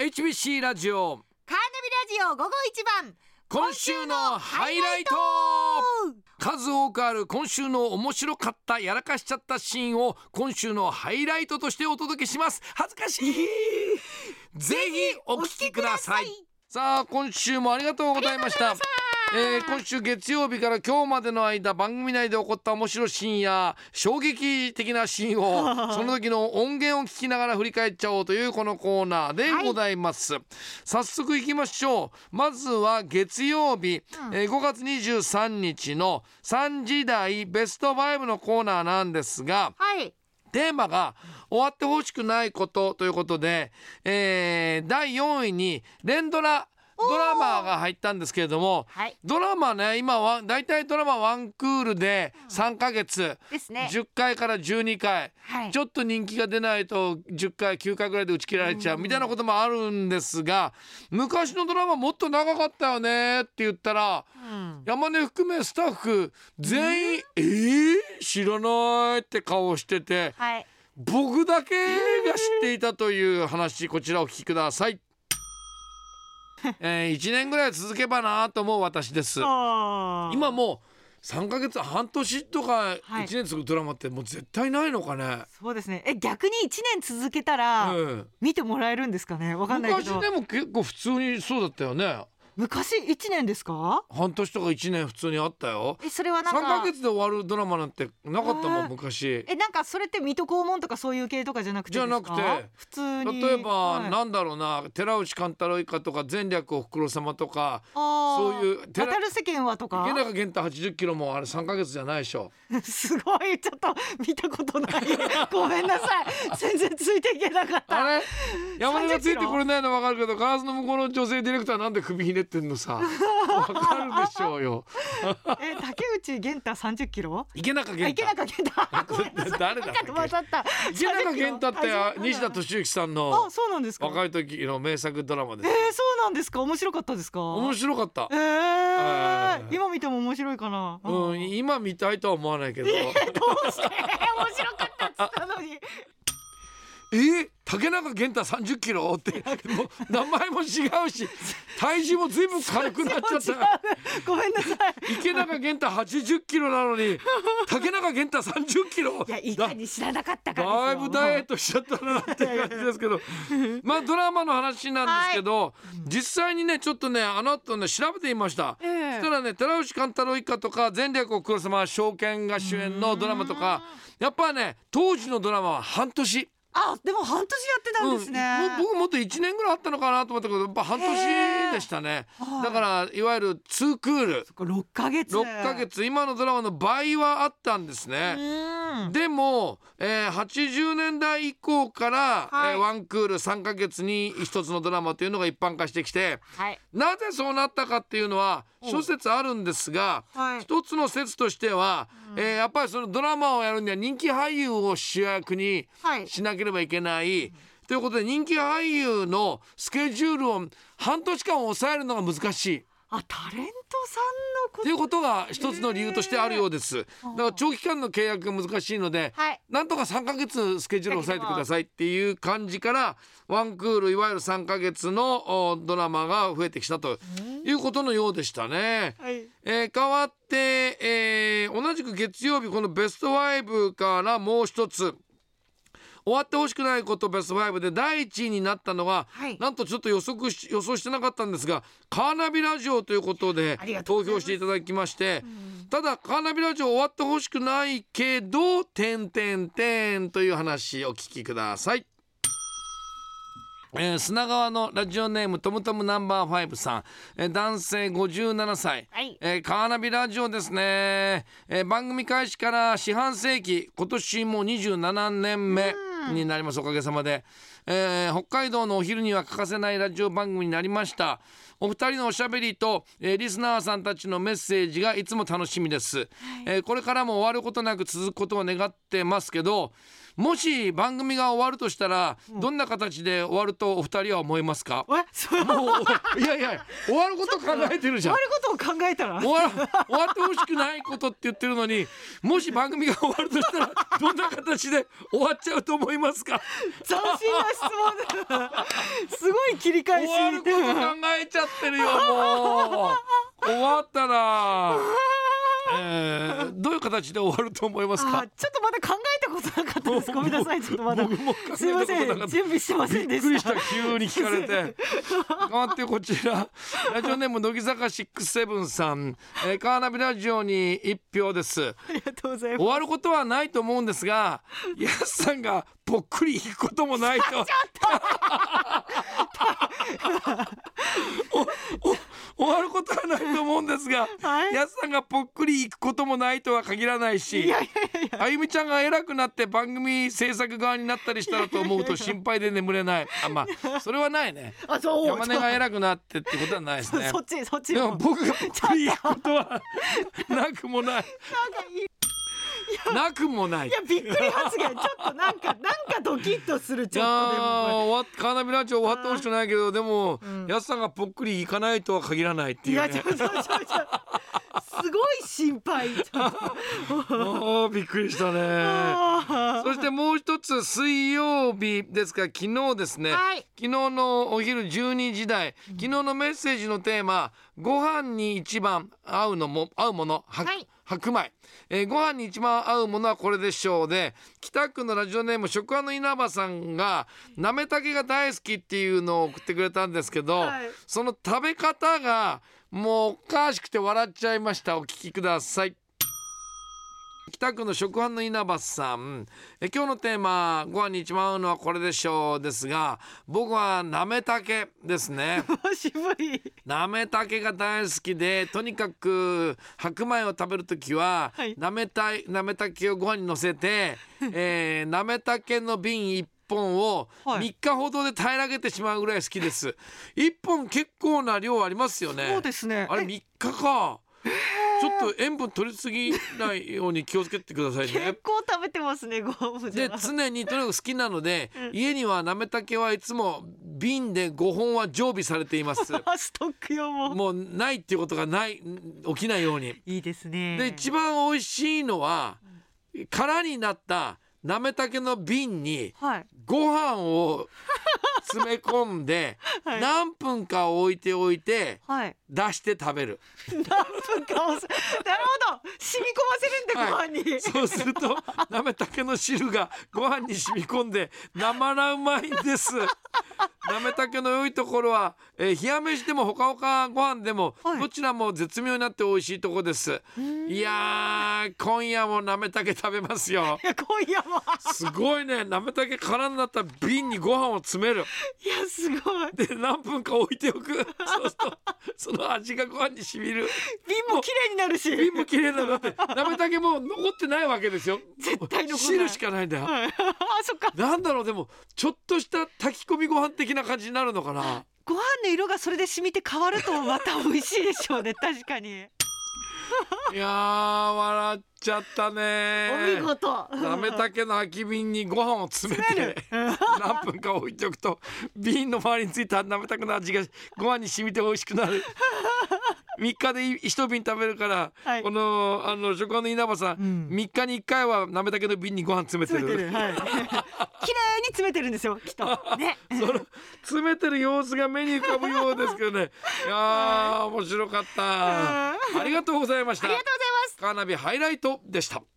HBC ラジオカーナビラジオ午後一番今週のハイライト。数多くある今週の面白かったやらかしちゃったシーンを今週のハイライトとしてお届けします。恥ずかしいぜひお聞きください。さあ今週もありがとうございました。今週月曜日から今日までの間番組内で起こった面白いシーンや衝撃的なシーンをその時の音源を聞きながら振り返っちゃおうというこのコーナーでございます、はい、早速いきましょう。まずは月曜日、5月23日の3時台ベスト5のコーナーなんですが、はい、テーマが終わってほしくないことということで、第4位に連ドラマが入ったんですけれども、はい、ドラマね今はだいたいドラマワンクールで3ヶ月、ですね、10回から12回、はい、ちょっと人気が出ないと10回9回ぐらいで打ち切られちゃうみたいなこともあるんですが、昔のドラマもっと長かったよねって言ったら、山根含めスタッフ全員知らないって顔をしてて、はい、僕だけが知っていたという話、こちらお聞きください。1年ぐらい続けばなと思う私です。今もう3ヶ月半年とか1年続くドラマってもう絶対ないのかね、はい、 そうですね。逆に1年続けたら見てもらえるんですかね。わかんないけど昔でも結構普通にそうだったよね。 昔1年ですか？ 半年とか1年普通にあったよ。 それはなんか 3ヶ月で終わるドラマなんてなかったもん昔。 なんかそれって水戸黄門とかそういう系とかじゃなくてですか？ じゃなくて普通に例えば、なんだろうな、寺内貫太郎一家とか前略おふくろ様とか、そういう渡る世間はとか、 池中玄太80キロもあれ3ヶ月じゃないでしょすごい、ちょっと見たことないごめんなさい全然ついていけなかった。 あれ山根がついてこれないの分かるけど、ガラスの向こうの女性ディレクターなんで首ひねってんのさ分かるでしょうよ竹内玄太30キロ、 池中玄太誰だっけ池中玄太って西田敏行さんのそうなんですか、 若い時の名作ドラマです。 そうなんですか。面白かったですか？面白かった。 今見ても面白いかな。 今見たいとは思わないけど、どうして面白かったっつったのに竹中玄太30キロってもう名前も違うし体重も随分軽くなっちゃったごめんなさい。 池中玄太80キロなのに竹中玄太30キロ、 いやいかに知らなかったかですよ。 だいぶダイエットしちゃったなっていう感じですけどまあドラマの話なんですけど、実際にねちょっとねあの後ね調べてみました、そしたらね寺内貫太郎一家とか前略おふくろ様証券が主演のドラマとか、やっぱね当時のドラマは半年、 でも半年やってたんですね。 僕もっと1年ぐらいあったのかなと思ったけどやっぱ半年でしたね。だからいわゆる2クール 6ヶ月今のドラマの倍はあったんですね。でも、80年代以降から、ワンクール3ヶ月に1つのドラマというのが一般化してきて、なぜそうなったかっていうのは諸説あるんですが、一つの説としては、やっぱりそのドラマをやるには人気俳優を主役にしなければいけない、ということで人気俳優のスケジュールを半年間抑えるのが難しい。 タレントさんのことということが一つの理由としてあるようです。だから長期間の契約が難しいので、なんとか3ヶ月スケジュールを抑えてくださいっていう感じからワンクールいわゆる3ヶ月のドラマが増えてきたということのようでしたね。変わって、同じく月曜日このベスト5からもう一つ終わってほしくないことベスト5で第1位になったのが、なんとちょっと予想してなかったんですがカーナビラジオということで投票していただきまして、ただカーナビラジオ終わってほしくないけどという話をお聞きください。砂川のラジオネームトムトムナンバー5さん、男性57歳、カーナビラジオですね、番組開始から四半世紀、今年も27年目になります。おかげさまで、北海道のお昼には欠かせないラジオ番組になりました。お二人のおしゃべりと、リスナーさんたちのメッセージがいつも楽しみです、これからも終わることなく続くことを願ってますけど、 もし番組が終わるとしたら、どんな形で終わるとお二人は思いますか？ そうもういやいや終わること考えてるじゃん。 終わることを考えたら終わってほしくないことって言ってるのに、もし番組が終わるとしたらどんな形で終わっちゃうと思いますか？ 斬新な質問だすごい切り返し終わること考えちゃってるよもう終わったら、どういう形で終わると思いますか？ ちょっとまだ考えたことなかったです。ごめんなさい、ちょっとまだ僕も考えたことなかった。 すいません、準備してませんでした。 びっくりした、急に聞かれて変わってこちらラジオネーム乃木坂67さん、カーナビラジオに1票です。 ありがとうございます。 終わることはないと思うんですが、やすさんがぽっくりいくこともないと終わることはないと思うんですが、 はい、 やすさんがぽっくりいくこともないとは限らないし、あゆみちゃんが偉くなって番組制作側になったりしたらと思うと心配で眠れない。まあそれはないね。山根が偉くなってってことはないですね。 そっちでも僕がぽっくりいくことはなくもないなくもない。 いやびっくり発言、ちょっとなんかドキッとする。ちょっとでもカーナビラジオ終わってほしくないけど、でも、やすさんがぽっくりいかないとは限らないっていうね。 いやすごい心配びっくりしたね。そしてもう一つ、水曜日ですが、昨日ですね、 はい、 昨日のお昼12時台、昨日のメッセージのテーマ、ご飯に一番合うもの、白米、ご飯に一番合うものはこれでしょうで、北区のラジオネーム食安の稲葉さんがなめたけが大好きっていうのを送ってくれたんですけど、その食べ方がもうおかしくて笑っちゃいました。お聞きください。北区の食飯の稲葉さん、今日のテーマ、ご飯に一番合うのはこれでしょうですが、僕はなめたけですね。 渋い。 なめたけが大好きで、とにかく白米を食べるときは、なめたけをご飯にのせて、なめたけの瓶1本を3日ほどで平らげてしまうぐらい好きです。1本結構な量ありますよね。 そうですね。 あれ3日か。ちょっと塩分取りすぎないように気をつけてくださいね。 結構食べてますね、ご飯で常にとにかく好きなので、家にはなめたけはいつも瓶で5本は常備されています。 ストック用もうないっていうことが起きないように。 いいですね。 で一番美味しいのは、空になったなめたけの瓶にご飯を詰め込んで何分か置いて出して食べる。 何分かなるほど、染み込ませるんだ、ご飯に。 そうするとなめたけの汁がご飯に染み込んで生らうまいんです。なめたけの良いところは、冷や飯でもほかほかご飯でも、どちらも絶妙になって美味しいとこです。いやー、今夜もなめたけ食べますよ。 今夜もすごいね。なめたけ空になった瓶にご飯を詰める。 いやすごい。 で何分か置いておく。そうするとその味がご飯に染みる。 瓶も綺麗になるし。 瓶も綺麗になる。だってなめたけも残ってないわけですよ。 絶対残らない。 汁しかないんだよ。 そっか。 なんだろう、でもちょっとした炊き込みご飯的な感じになるのかな。 ご飯の色がそれで染みて変わるとまた美味しいでしょうね。確かに。 いやー、笑っちゃったね。 お見事。 なめたけの空き瓶にご飯を詰めて何分か置いておくと、瓶の周りについたなめたけの味がご飯に染みて美味しくなる。3日で1瓶食べるから、この食堂の稲葉さん、3日に1回はなめたけの瓶にご飯詰めてる。 綺麗に詰めてるんですよ、きっとね。 その詰めてる様子が目に浮かぶようですけどね。いやー、面白かった。ありがとうございました。 ありがとうございます。 カーナビハイライトでした。